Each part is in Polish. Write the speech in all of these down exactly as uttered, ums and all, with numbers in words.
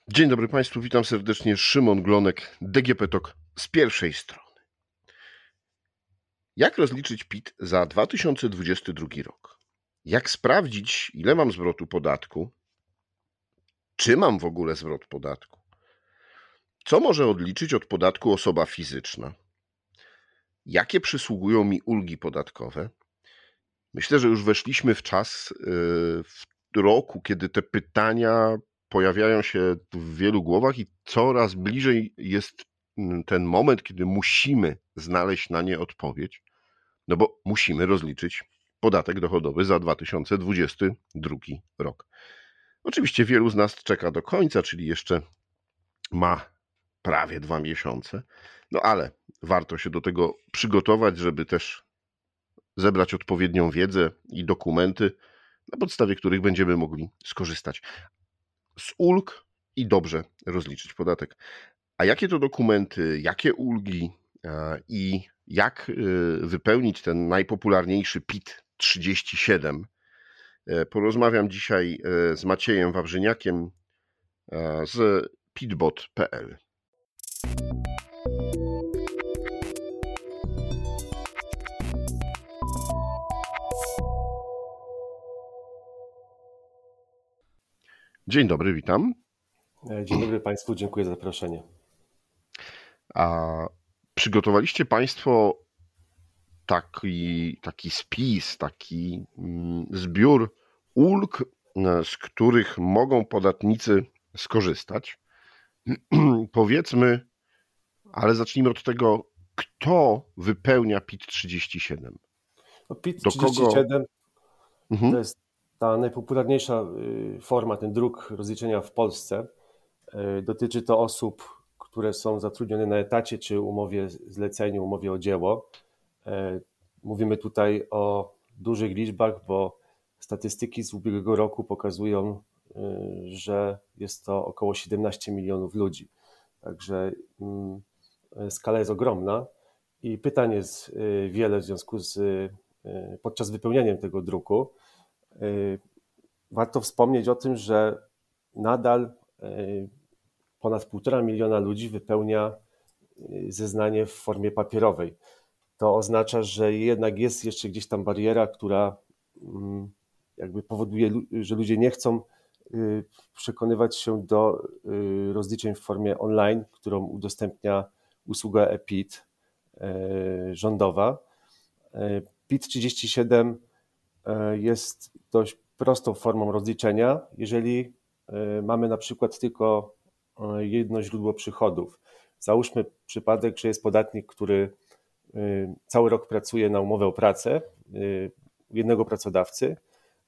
Dzień dobry Państwu, witam serdecznie. Szymon Glonek, D G P Talk z pierwszej strony. Jak rozliczyć P I T za dwa tysiące dwudziesty drugi rok? Jak sprawdzić, ile mam zwrotu podatku? Czy mam w ogóle zwrot podatku? Co może odliczyć od podatku osoba fizyczna? Jakie przysługują mi ulgi podatkowe? Myślę, że już weszliśmy w czas w roku, kiedy te pytania pojawiają się w wielu głowach i coraz bliżej jest ten moment, kiedy musimy znaleźć na nie odpowiedź, no bo musimy rozliczyć podatek dochodowy za dwa tysiące dwudziesty drugi rok. Oczywiście wielu z nas czeka do końca, czyli jeszcze ma prawie dwa miesiące, no ale warto się do tego przygotować, żeby też zebrać odpowiednią wiedzę i dokumenty, na podstawie których będziemy mogli skorzystać z ulg i dobrze rozliczyć podatek. A jakie to dokumenty, jakie ulgi i jak wypełnić ten najpopularniejszy P I T trzydzieści siedem? Porozmawiam dzisiaj z Maciejem Wawrzyniakiem z pitbot kropka p l. Dzień dobry, witam. Dzień dobry Państwu, dziękuję za zaproszenie. A przygotowaliście Państwo taki, taki spis, taki zbiór ulg, z których mogą podatnicy skorzystać? Powiedzmy, ale zacznijmy od tego, kto wypełnia P I T trzydzieści siedem? No, P I T trzydzieści siedem Do kogo? to jest ta najpopularniejsza forma, ten druk rozliczenia w Polsce. Dotyczy to osób, które są zatrudnione na etacie czy umowie zleceniu, umowie o dzieło. Mówimy tutaj o dużych liczbach, bo statystyki z ubiegłego roku pokazują, że jest to około siedemnaście milionów ludzi. Także skala jest ogromna i pytań jest wiele w związku z podczas wypełnianiem tego druku. Warto wspomnieć o tym, że nadal ponad półtora miliona ludzi wypełnia zeznanie w formie papierowej. To oznacza, że jednak jest jeszcze gdzieś tam bariera, która jakby powoduje, że ludzie nie chcą przekonywać się do rozliczeń w formie online, którą udostępnia usługa e-P I T rządowa. P I T trzydzieści siedem jest dość prostą formą rozliczenia, jeżeli mamy na przykład tylko jedno źródło przychodów. Załóżmy przypadek, że jest podatnik, który cały rok pracuje na umowę o pracę jednego pracodawcy.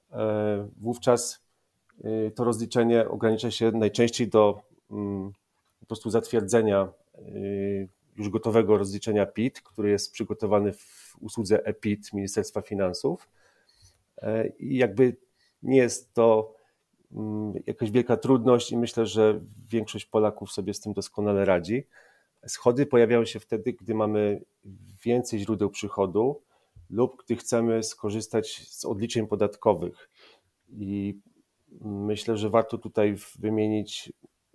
Wówczas to rozliczenie ogranicza się najczęściej do po prostu zatwierdzenia już gotowego rozliczenia P I T, który jest przygotowany w usłudze e-P I T Ministerstwa Finansów. I jakby nie jest to jakaś wielka trudność i myślę, że większość Polaków sobie z tym doskonale radzi. Schody pojawiają się wtedy, gdy mamy więcej źródeł przychodu lub gdy chcemy skorzystać z odliczeń podatkowych. I myślę, że warto tutaj wymienić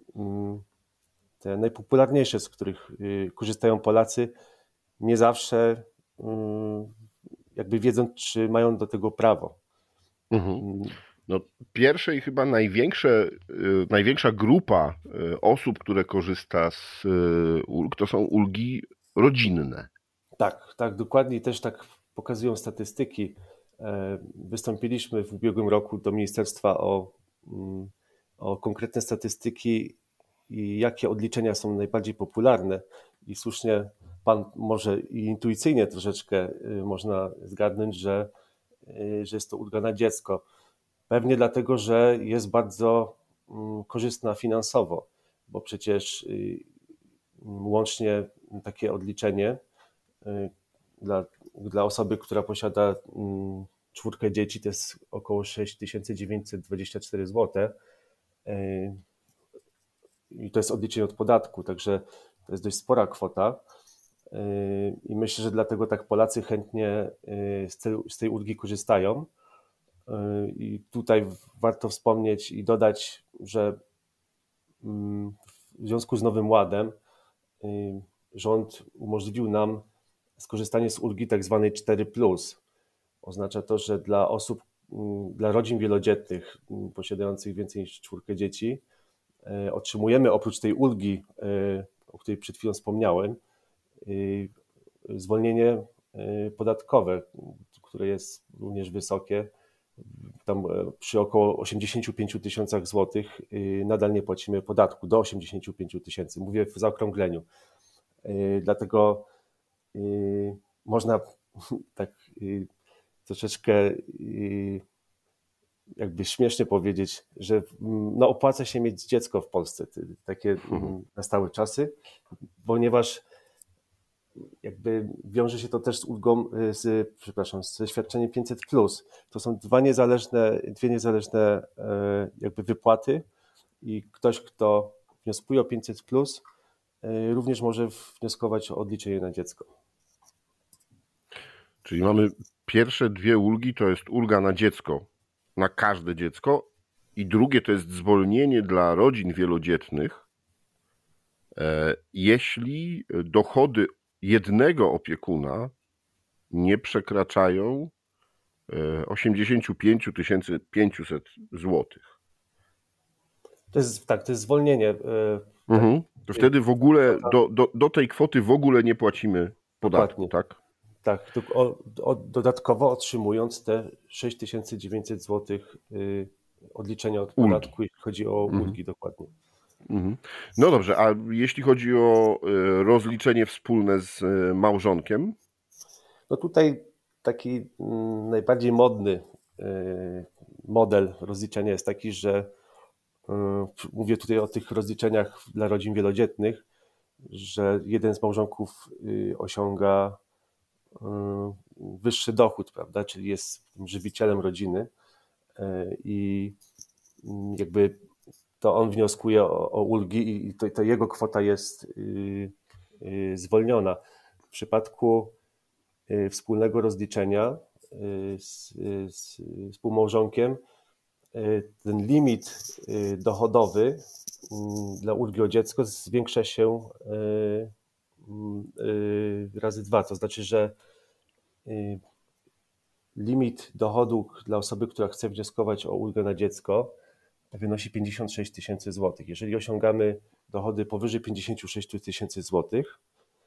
te najpopularniejsze, z których korzystają Polacy, nie zawsze jakby wiedząc, czy mają do tego prawo. Mhm. No, pierwsze i chyba największe, największa grupa osób, które korzysta z ulg, to są ulgi rodzinne. Tak, tak, dokładnie też tak pokazują statystyki. Wystąpiliśmy w ubiegłym roku do ministerstwa o, o konkretne statystyki i jakie odliczenia są najbardziej popularne. I słusznie pan może i intuicyjnie troszeczkę można zgadnąć, że, że jest to ulga na dziecko. Pewnie dlatego, że jest bardzo korzystna finansowo, bo przecież łącznie takie odliczenie dla, dla osoby, która posiada czwórkę dzieci, to jest około sześć tysięcy dziewięćset dwadzieścia cztery złote. I to jest odliczenie od podatku, także to jest dość spora kwota. I myślę, że dlatego tak Polacy chętnie z tej, z tej ulgi korzystają. I tutaj warto wspomnieć i dodać, że w związku z Nowym Ładem rząd umożliwił nam skorzystanie z ulgi tak zwanej cztery plus. Oznacza to, że dla osób, dla rodzin wielodzietnych posiadających więcej niż czwórkę dzieci otrzymujemy oprócz tej ulgi, o której przed chwilą wspomniałem, zwolnienie podatkowe, które jest również wysokie. Tam przy około osiemdziesięciu pięciu tysiącach złotych nadal nie płacimy podatku, do osiemdziesięciu pięciu tysięcy, mówię w zaokrągleniu. Dlatego można tak troszeczkę jakby śmiesznie powiedzieć, że no opłaca się mieć dziecko w Polsce, takie na stałe czasy, ponieważ jakby wiąże się to też z ulgą, z, przepraszam, ze świadczeniem pięćset plus. To są dwa niezależne, dwie niezależne jakby wypłaty i ktoś, kto wnioskuje o pięćset plus, również może wnioskować o odliczenie na dziecko. Czyli mamy pierwsze dwie ulgi, to jest ulga na dziecko, na każde dziecko, i drugie to jest zwolnienie dla rodzin wielodzietnych, jeśli dochody jednego opiekuna nie przekraczają osiemdziesięciu pięciu tysięcy pięciuset złotych. To jest, tak, to jest zwolnienie. Mhm. To wtedy w ogóle do, do, do tej kwoty w ogóle nie płacimy podatku, Dokładnie. tak? Tak, tylko o, o, dodatkowo otrzymując te sześć tysięcy dziewięćset złotych y, odliczenia od Ulgi. podatku, jeśli chodzi o ulgi, Mhm. dokładnie. Mhm. No dobrze, a jeśli chodzi o y, rozliczenie wspólne z y, małżonkiem? No tutaj taki y, najbardziej modny y, model rozliczenia jest taki, że y, mówię tutaj o tych rozliczeniach dla rodzin wielodzietnych, że jeden z małżonków y, osiąga wyższy dochód, prawda, czyli jest żywicielem rodziny i jakby to on wnioskuje o, o ulgi i to, to jego kwota jest y, y, zwolniona. W przypadku y, wspólnego rozliczenia y, z, z współmałżonkiem y, ten limit y, dochodowy y, dla ulgi o dziecko zwiększa się y, y, razy dwa, to znaczy, że limit dochodu dla osoby, która chce wnioskować o ulgę na dziecko, wynosi pięćdziesiąt sześć tysięcy złotych. Jeżeli osiągamy dochody powyżej pięćdziesiąt sześć tysięcy złotych,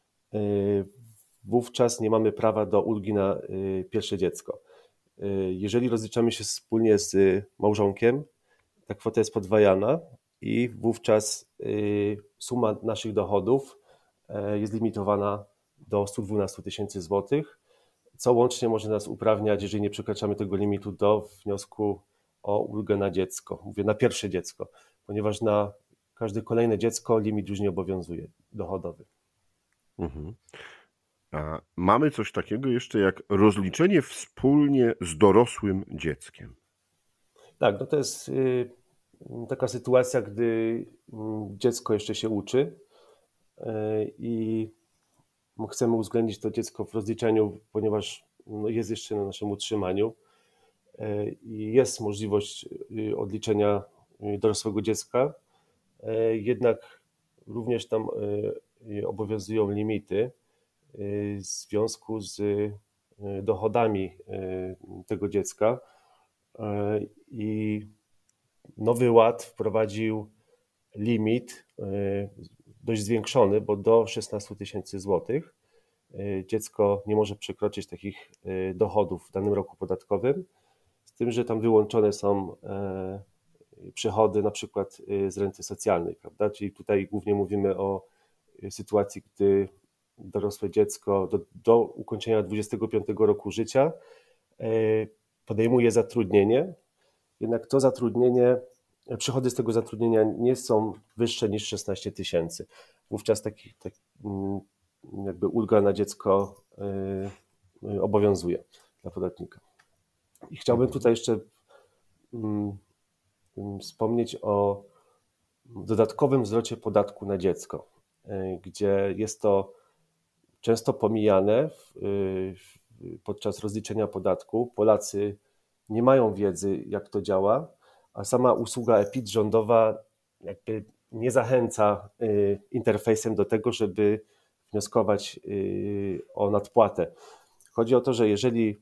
wówczas nie mamy prawa do ulgi na pierwsze dziecko. Jeżeli rozliczamy się wspólnie z małżonkiem, ta kwota jest podwajana i wówczas suma naszych dochodów jest limitowana do stu dwunastu tysięcy złotych, co łącznie może nas uprawniać, jeżeli nie przekraczamy tego limitu, do wniosku o ulgę na dziecko. Mówię na pierwsze dziecko, ponieważ na każde kolejne dziecko limit już nie obowiązuje dochodowy. Mhm. A mamy coś takiego jeszcze jak rozliczenie wspólnie z dorosłym dzieckiem. Tak, no to jest y, taka sytuacja, gdy y, dziecko jeszcze się uczy y, i chcemy uwzględnić to dziecko w rozliczeniu, ponieważ no, jest jeszcze na naszym utrzymaniu i jest możliwość odliczenia dorosłego dziecka, jednak również tam obowiązują limity w związku z dochodami tego dziecka i Nowy Ład wprowadził limit dość zwiększony, bo do szesnastu tysięcy złotych dziecko nie może przekroczyć takich dochodów w danym roku podatkowym, z tym, że tam wyłączone są przychody na przykład z renty socjalnej, prawda? Czyli tutaj głównie mówimy o sytuacji, gdy dorosłe dziecko do, do ukończenia dwudziestego piątego roku życia podejmuje zatrudnienie, jednak to zatrudnienie, przychody z tego zatrudnienia nie są wyższe niż szesnaście tysięcy. Wówczas taki, taki jakby ulga na dziecko obowiązuje dla podatnika. I chciałbym tutaj jeszcze wspomnieć o dodatkowym zwrocie podatku na dziecko, gdzie jest to często pomijane podczas rozliczenia podatku. Polacy nie mają wiedzy, jak to działa, a sama usługa E P I T rządowa jakby nie zachęca interfejsem do tego, żeby wnioskować o nadpłatę. Chodzi o to, że jeżeli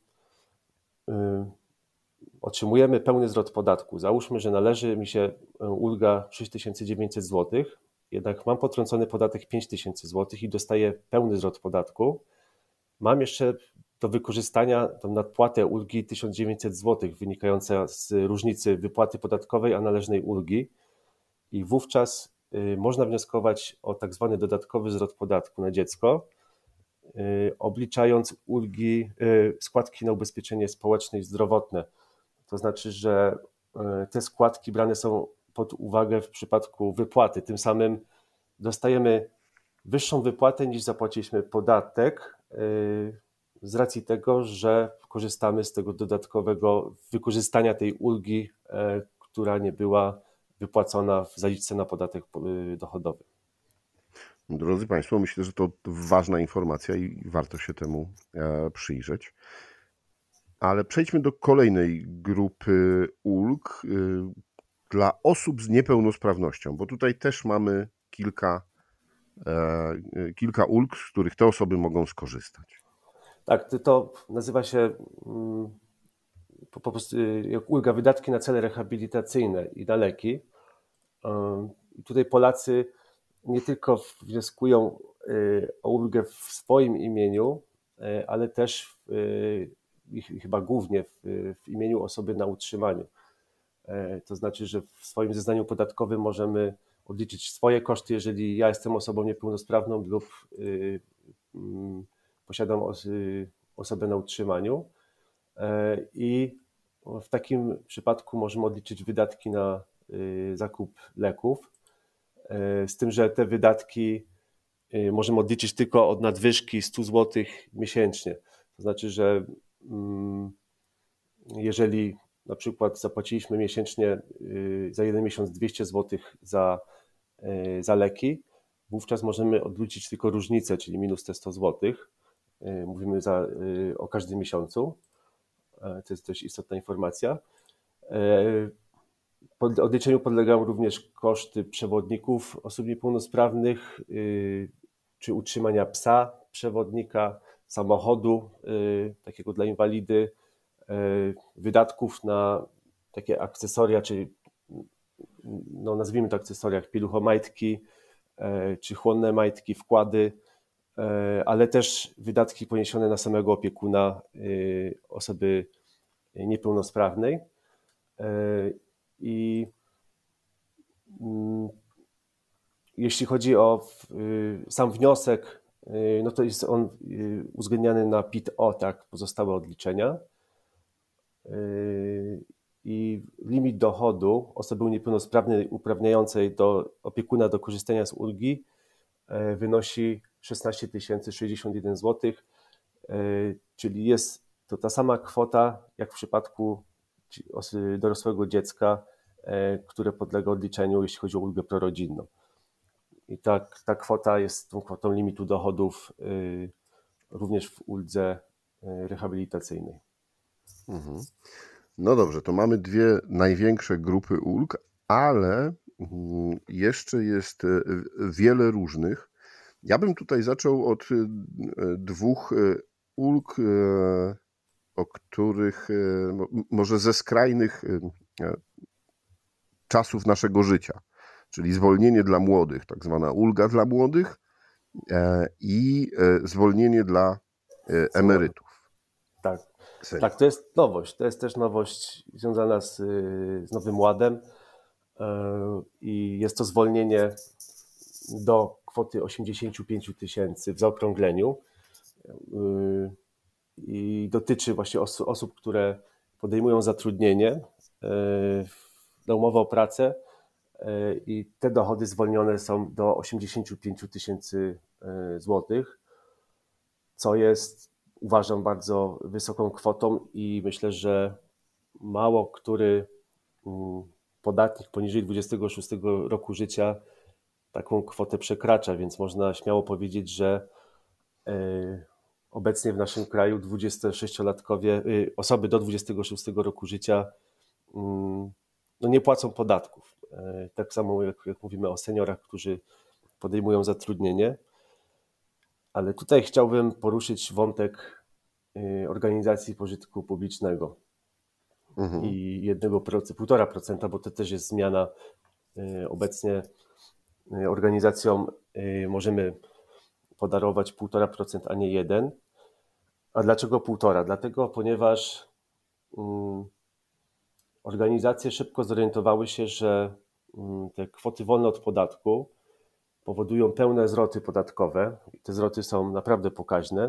otrzymujemy pełny zwrot podatku, załóżmy, że należy mi się ulga sześć tysięcy dziewięćset złotych, jednak mam potrącony podatek pięć tysięcy złotych i dostaję pełny zwrot podatku, mam jeszcze do wykorzystania tą nadpłatę ulgi tysiąc dziewięćset złotych wynikająca z różnicy wypłaty podatkowej a należnej ulgi i wówczas można wnioskować o tak zwany dodatkowy zwrot podatku na dziecko, obliczając ulgi, składki na ubezpieczenie społeczne i zdrowotne. To znaczy, że te składki brane są pod uwagę w przypadku wypłaty. Tym samym dostajemy wyższą wypłatę niż zapłaciliśmy podatek z racji tego, że korzystamy z tego dodatkowego wykorzystania tej ulgi, która nie była wypłacona w zaliczce na podatek dochodowy. Drodzy Państwo, myślę, że to ważna informacja i warto się temu przyjrzeć. Ale przejdźmy do kolejnej grupy ulg dla osób z niepełnosprawnością, bo tutaj też mamy kilka, kilka ulg, z których te osoby mogą skorzystać. Tak, to nazywa się po prostu ulga wydatki na cele rehabilitacyjne i na leki. Tutaj Polacy nie tylko wnioskują o ulgę w swoim imieniu, ale też i chyba głównie w, w imieniu osoby na utrzymaniu. To znaczy, że w swoim zeznaniu podatkowym możemy odliczyć swoje koszty, jeżeli ja jestem osobą niepełnosprawną lub y, y, posiadam os, y, osobę na utrzymaniu. I w takim przypadku możemy odliczyć wydatki na y, zakup leków, z tym, że te wydatki możemy odliczyć tylko od nadwyżki sto złotych miesięcznie. To znaczy, że jeżeli na przykład zapłaciliśmy miesięcznie za jeden miesiąc dwieście złotych za, za leki, wówczas możemy odliczyć tylko różnicę, czyli minus te sto złotych. Mówimy za, o każdym miesiącu. To jest dość istotna informacja. Pod odliczeniu podlegają również koszty przewodników osób niepełnosprawnych, czy utrzymania psa przewodnika, samochodu takiego dla inwalidy, wydatków na takie akcesoria, czy no nazwijmy to akcesoria, jak pieluchomajtki, czy chłonne majtki, wkłady, ale też wydatki poniesione na samego opiekuna osoby niepełnosprawnej. I jeśli chodzi o sam wniosek, no to jest on uwzględniany na P I T-O, tak, pozostałe odliczenia. I limit dochodu osoby niepełnosprawnej uprawniającej do opiekuna do korzystania z ulgi wynosi szesnaście tysięcy sześćdziesiąt jeden złotych, czyli jest to ta sama kwota jak w przypadku dorosłego dziecka, które podlega odliczeniu, jeśli chodzi o ulgę prorodzinną. I ta, ta kwota jest tą kwotą limitu dochodów również w uldze rehabilitacyjnej. Mhm. No dobrze, to mamy dwie największe grupy ulg, ale jeszcze jest wiele różnych. Ja bym tutaj zaczął od dwóch ulg, o których może ze skrajnych czasów naszego życia, czyli zwolnienie dla młodych, tak zwana ulga dla młodych i zwolnienie dla emerytów. Tak, tak, to jest nowość. To jest też nowość związana z, z Nowym Ładem i jest to zwolnienie do kwoty osiemdziesiąt pięć tysięcy w zaokrągleniu i dotyczy właśnie os- osób, które podejmują zatrudnienie na umowę o pracę i te dochody zwolnione są do osiemdziesiąt pięć tysięcy złotych, co jest, uważam, bardzo wysoką kwotą i myślę, że mało który podatnik poniżej dwudziestego szóstego roku życia taką kwotę przekracza, więc można śmiało powiedzieć, że obecnie w naszym kraju dwudziestosześciolatkowie, osoby do dwudziestego szóstego roku życia no nie płacą podatków. Tak samo jak, jak mówimy o seniorach, którzy podejmują zatrudnienie. Ale tutaj chciałbym poruszyć wątek organizacji pożytku publicznego mhm. i jednego procent, półtora procenta, bo to też jest zmiana. Obecnie organizacjom możemy podarować półtora procent, a nie jeden. A dlaczego półtora? Dlatego, ponieważ organizacje szybko zorientowały się, że te kwoty wolne od podatku powodują pełne zwroty podatkowe i te zwroty są naprawdę pokaźne,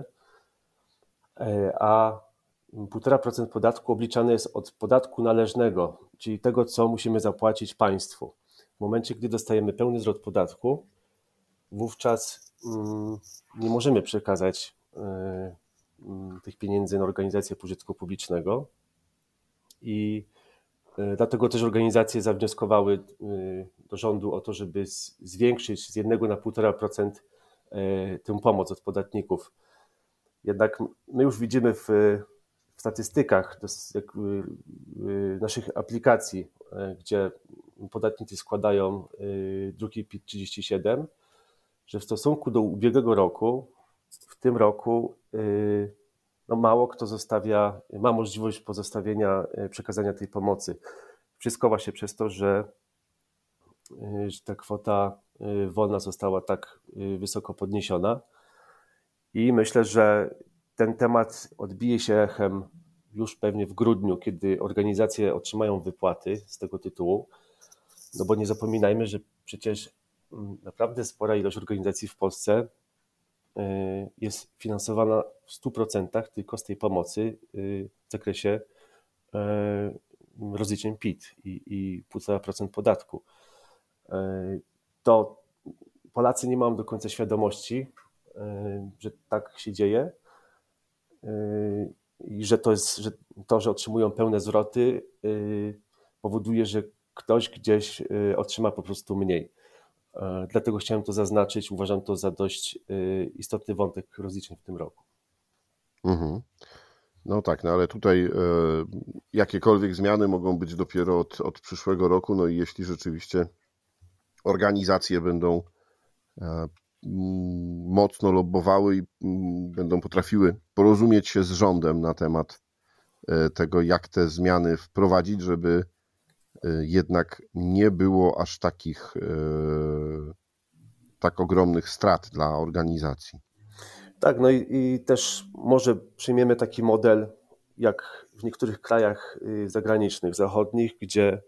a półtora procent podatku obliczany jest od podatku należnego, czyli tego, co musimy zapłacić państwu. W momencie, gdy dostajemy pełny zwrot podatku, wówczas nie możemy przekazać tych pieniędzy na organizację pożytku publicznego i dlatego też organizacje zawnioskowały do rządu o to, żeby zwiększyć z jednego na półtora procent tę pomoc od podatników. Jednak my już widzimy w, w statystykach naszych aplikacji, gdzie podatnicy składają druki PIT trzydzieści siedem, że w stosunku do ubiegłego roku, w tym roku no mało kto zostawia, ma możliwość pozostawienia, przekazania tej pomocy. Wszystko właśnie przez to, że, że ta kwota wolna została tak wysoko podniesiona. I myślę, że ten temat odbije się echem już pewnie w grudniu, kiedy organizacje otrzymają wypłaty z tego tytułu. No bo nie zapominajmy, że przecież naprawdę spora ilość organizacji w Polsce jest finansowana w stu procentach tylko z tej pomocy w zakresie rozliczeń PIT i, i półtora procent podatku. To Polacy nie mają do końca świadomości, że tak się dzieje i że to, jest, że to, że otrzymują pełne zwroty, powoduje, że ktoś gdzieś otrzyma po prostu mniej. Dlatego chciałem to zaznaczyć. Uważam to za dość istotny wątek rozliczeń w tym roku. Mhm. No tak, no ale tutaj e, jakiekolwiek zmiany mogą być dopiero od, od przyszłego roku. No i jeśli rzeczywiście organizacje będą e, mocno lobbowały i m, będą potrafiły porozumieć się z rządem na temat e, tego, jak te zmiany wprowadzić, żeby jednak nie było aż takich tak ogromnych strat dla organizacji. Tak, no i, i też może przyjmiemy taki model jak w niektórych krajach zagranicznych, zachodnich, gdzie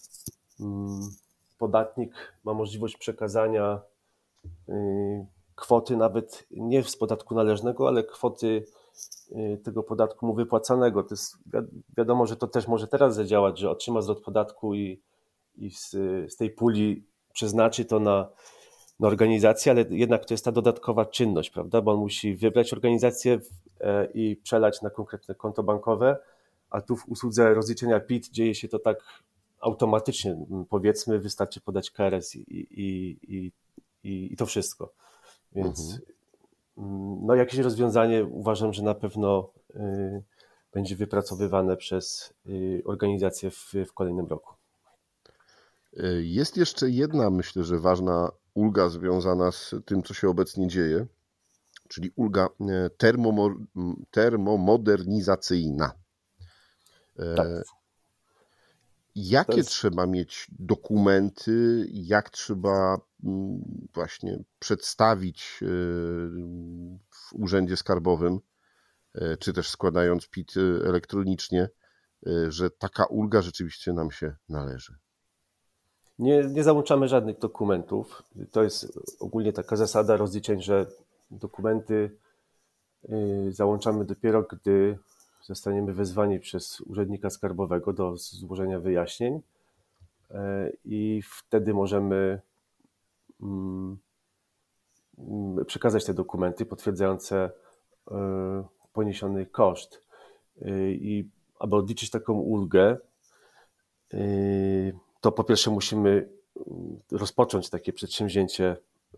podatnik ma możliwość przekazania kwoty nawet nie z podatku należnego, ale kwoty tego podatku mu wypłacanego. To jest, wiadomo, że to też może teraz zadziałać, że otrzyma zwrot podatku i, i z, z tej puli przeznaczy to na, na organizację, ale jednak to jest ta dodatkowa czynność, prawda? Bo on musi wybrać organizację i przelać na konkretne konto bankowe, a tu w usłudze rozliczenia PIT dzieje się to tak automatycznie, powiedzmy, wystarczy podać K R S i, i, i, i, i to wszystko. Więc mhm. no jakieś rozwiązanie uważam, że na pewno y, będzie wypracowywane przez y, organizacje w, w kolejnym roku. Jest jeszcze jedna, myślę, że ważna ulga związana z tym, co się obecnie dzieje, czyli ulga termomo, termomodernizacyjna. Tak. Jakie jest... trzeba mieć dokumenty, jak trzeba właśnie przedstawić w Urzędzie Skarbowym, czy też składając PIT elektronicznie, że taka ulga rzeczywiście nam się należy? Nie, nie załączamy żadnych dokumentów. To jest ogólnie taka zasada rozliczeń, że dokumenty załączamy dopiero, gdy zostaniemy wezwani przez urzędnika skarbowego do złożenia wyjaśnień i wtedy możemy przekazać te dokumenty potwierdzające poniesiony koszt. I aby odliczyć taką ulgę, to po pierwsze musimy rozpocząć takie przedsięwzięcie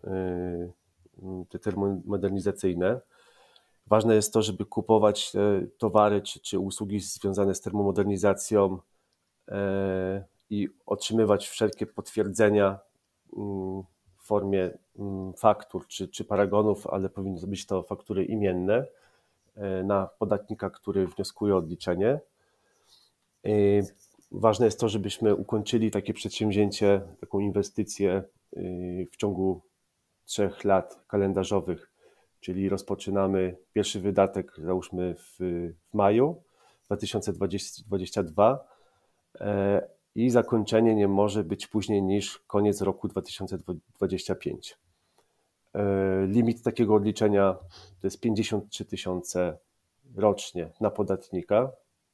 te termomodernizacyjne. Ważne jest to, żeby kupować towary czy, czy usługi związane z termomodernizacją i otrzymywać wszelkie potwierdzenia w formie faktur czy, czy paragonów, ale powinny być to faktury imienne na podatnika, który wnioskuje o odliczenie. Ważne jest to, żebyśmy ukończyli takie przedsięwzięcie, taką inwestycję w ciągu trzech lat kalendarzowych, czyli rozpoczynamy pierwszy wydatek, załóżmy w, w maju dwa tysiące dwudziestego drugiego i zakończenie nie może być później niż koniec roku dwa tysiące dwudziestego piątego. Limit takiego odliczenia to jest pięćdziesiąt trzy tysiące rocznie na podatnika.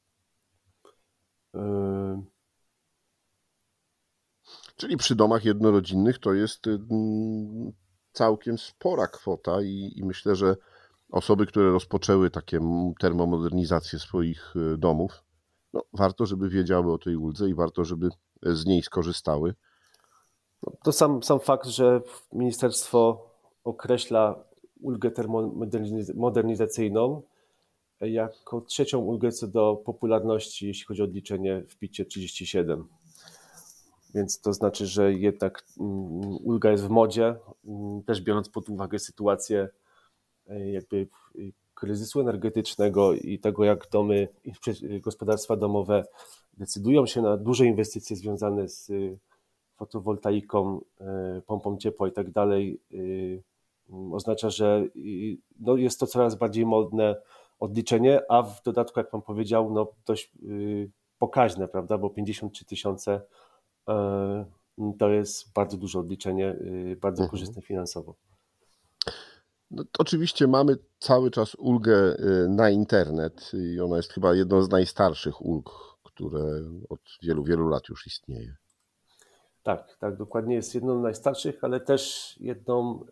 Czyli przy domach jednorodzinnych to jest całkiem spora kwota i, i myślę, że osoby, które rozpoczęły takie termomodernizację swoich domów, no, warto, żeby wiedziały o tej uldze i warto, żeby z niej skorzystały. To sam, sam fakt, że ministerstwo określa ulgę termomodernizacyjną jako trzecią ulgę co do popularności, jeśli chodzi o odliczenie w picie trzydzieści siedem. Więc to znaczy, że jednak ulga jest w modzie, też biorąc pod uwagę sytuację jakby kryzysu energetycznego i tego, jak domy, gospodarstwa domowe decydują się na duże inwestycje związane z fotowoltaiką, pompą ciepła i tak dalej, oznacza, że no jest to coraz bardziej modne odliczenie, a w dodatku, jak pan powiedział, no dość pokaźne, prawda, bo pięćdziesiąt trzy tysiące to jest bardzo duże odliczenie, bardzo mhm. korzystne finansowo. No, oczywiście mamy cały czas ulgę na internet i ona jest chyba jedną z najstarszych ulg, które od wielu, wielu lat już istnieje. Tak, tak, dokładnie jest jedną z najstarszych, ale też jedną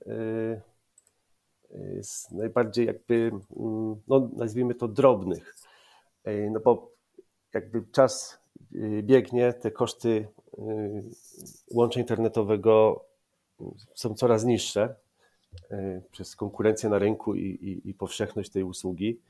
z najbardziej jakby, no nazwijmy to drobnych, no bo jakby czas biegnie, te koszty łącza internetowego są coraz niższe przez konkurencję na rynku i, i, i powszechność tej usługi.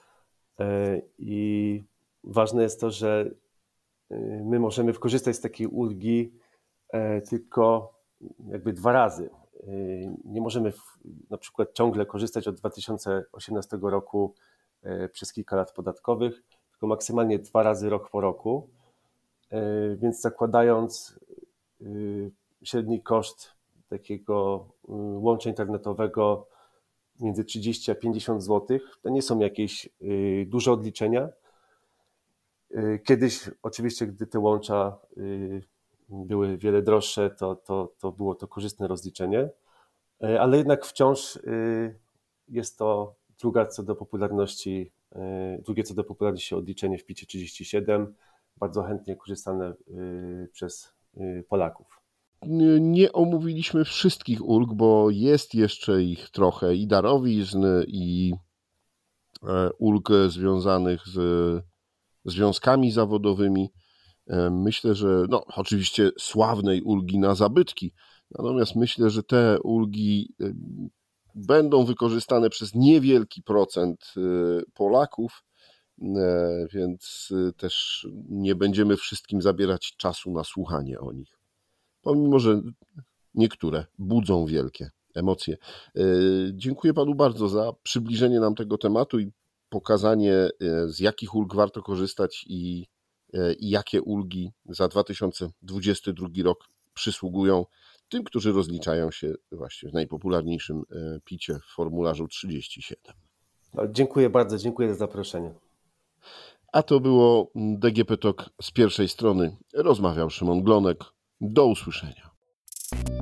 I ważne jest to, że my możemy korzystać z takiej ulgi tylko jakby dwa razy. Nie możemy na przykład ciągle korzystać od dwa tysiące osiemnastego roku przez kilka lat podatkowych, tylko maksymalnie dwa razy rok po roku. Więc zakładając średni koszt takiego łącza internetowego między trzydzieści a pięćdziesiąt złotych, to nie są jakieś duże odliczenia. Kiedyś oczywiście, gdy te łącza były wiele droższe, to, to, to było to korzystne rozliczenie, ale jednak wciąż jest to druga co do popularności, drugie co do popularności odliczenie w picie trzydzieści siedem, bardzo chętnie korzystane przez Polaków. Nie omówiliśmy wszystkich ulg, bo jest jeszcze ich trochę i darowizn, i ulg związanych z związkami zawodowymi. Myślę, że no, oczywiście sławnej ulgi na zabytki, natomiast myślę, że te ulgi będą wykorzystane przez niewielki procent Polaków, więc też nie będziemy wszystkim zabierać czasu na słuchanie o nich. Pomimo, że niektóre budzą wielkie emocje. Dziękuję panu bardzo za przybliżenie nam tego tematu i pokazanie, z jakich ulg warto korzystać i, i jakie ulgi za dwa tysiące dwudziesty drugi rok przysługują tym, którzy rozliczają się właśnie w najpopularniejszym picie w formularzu trzydzieści siedem. Dziękuję bardzo, dziękuję za zaproszenie. A to było D G P Talk z pierwszej strony. Rozmawiał Szymon Glonek. Do usłyszenia.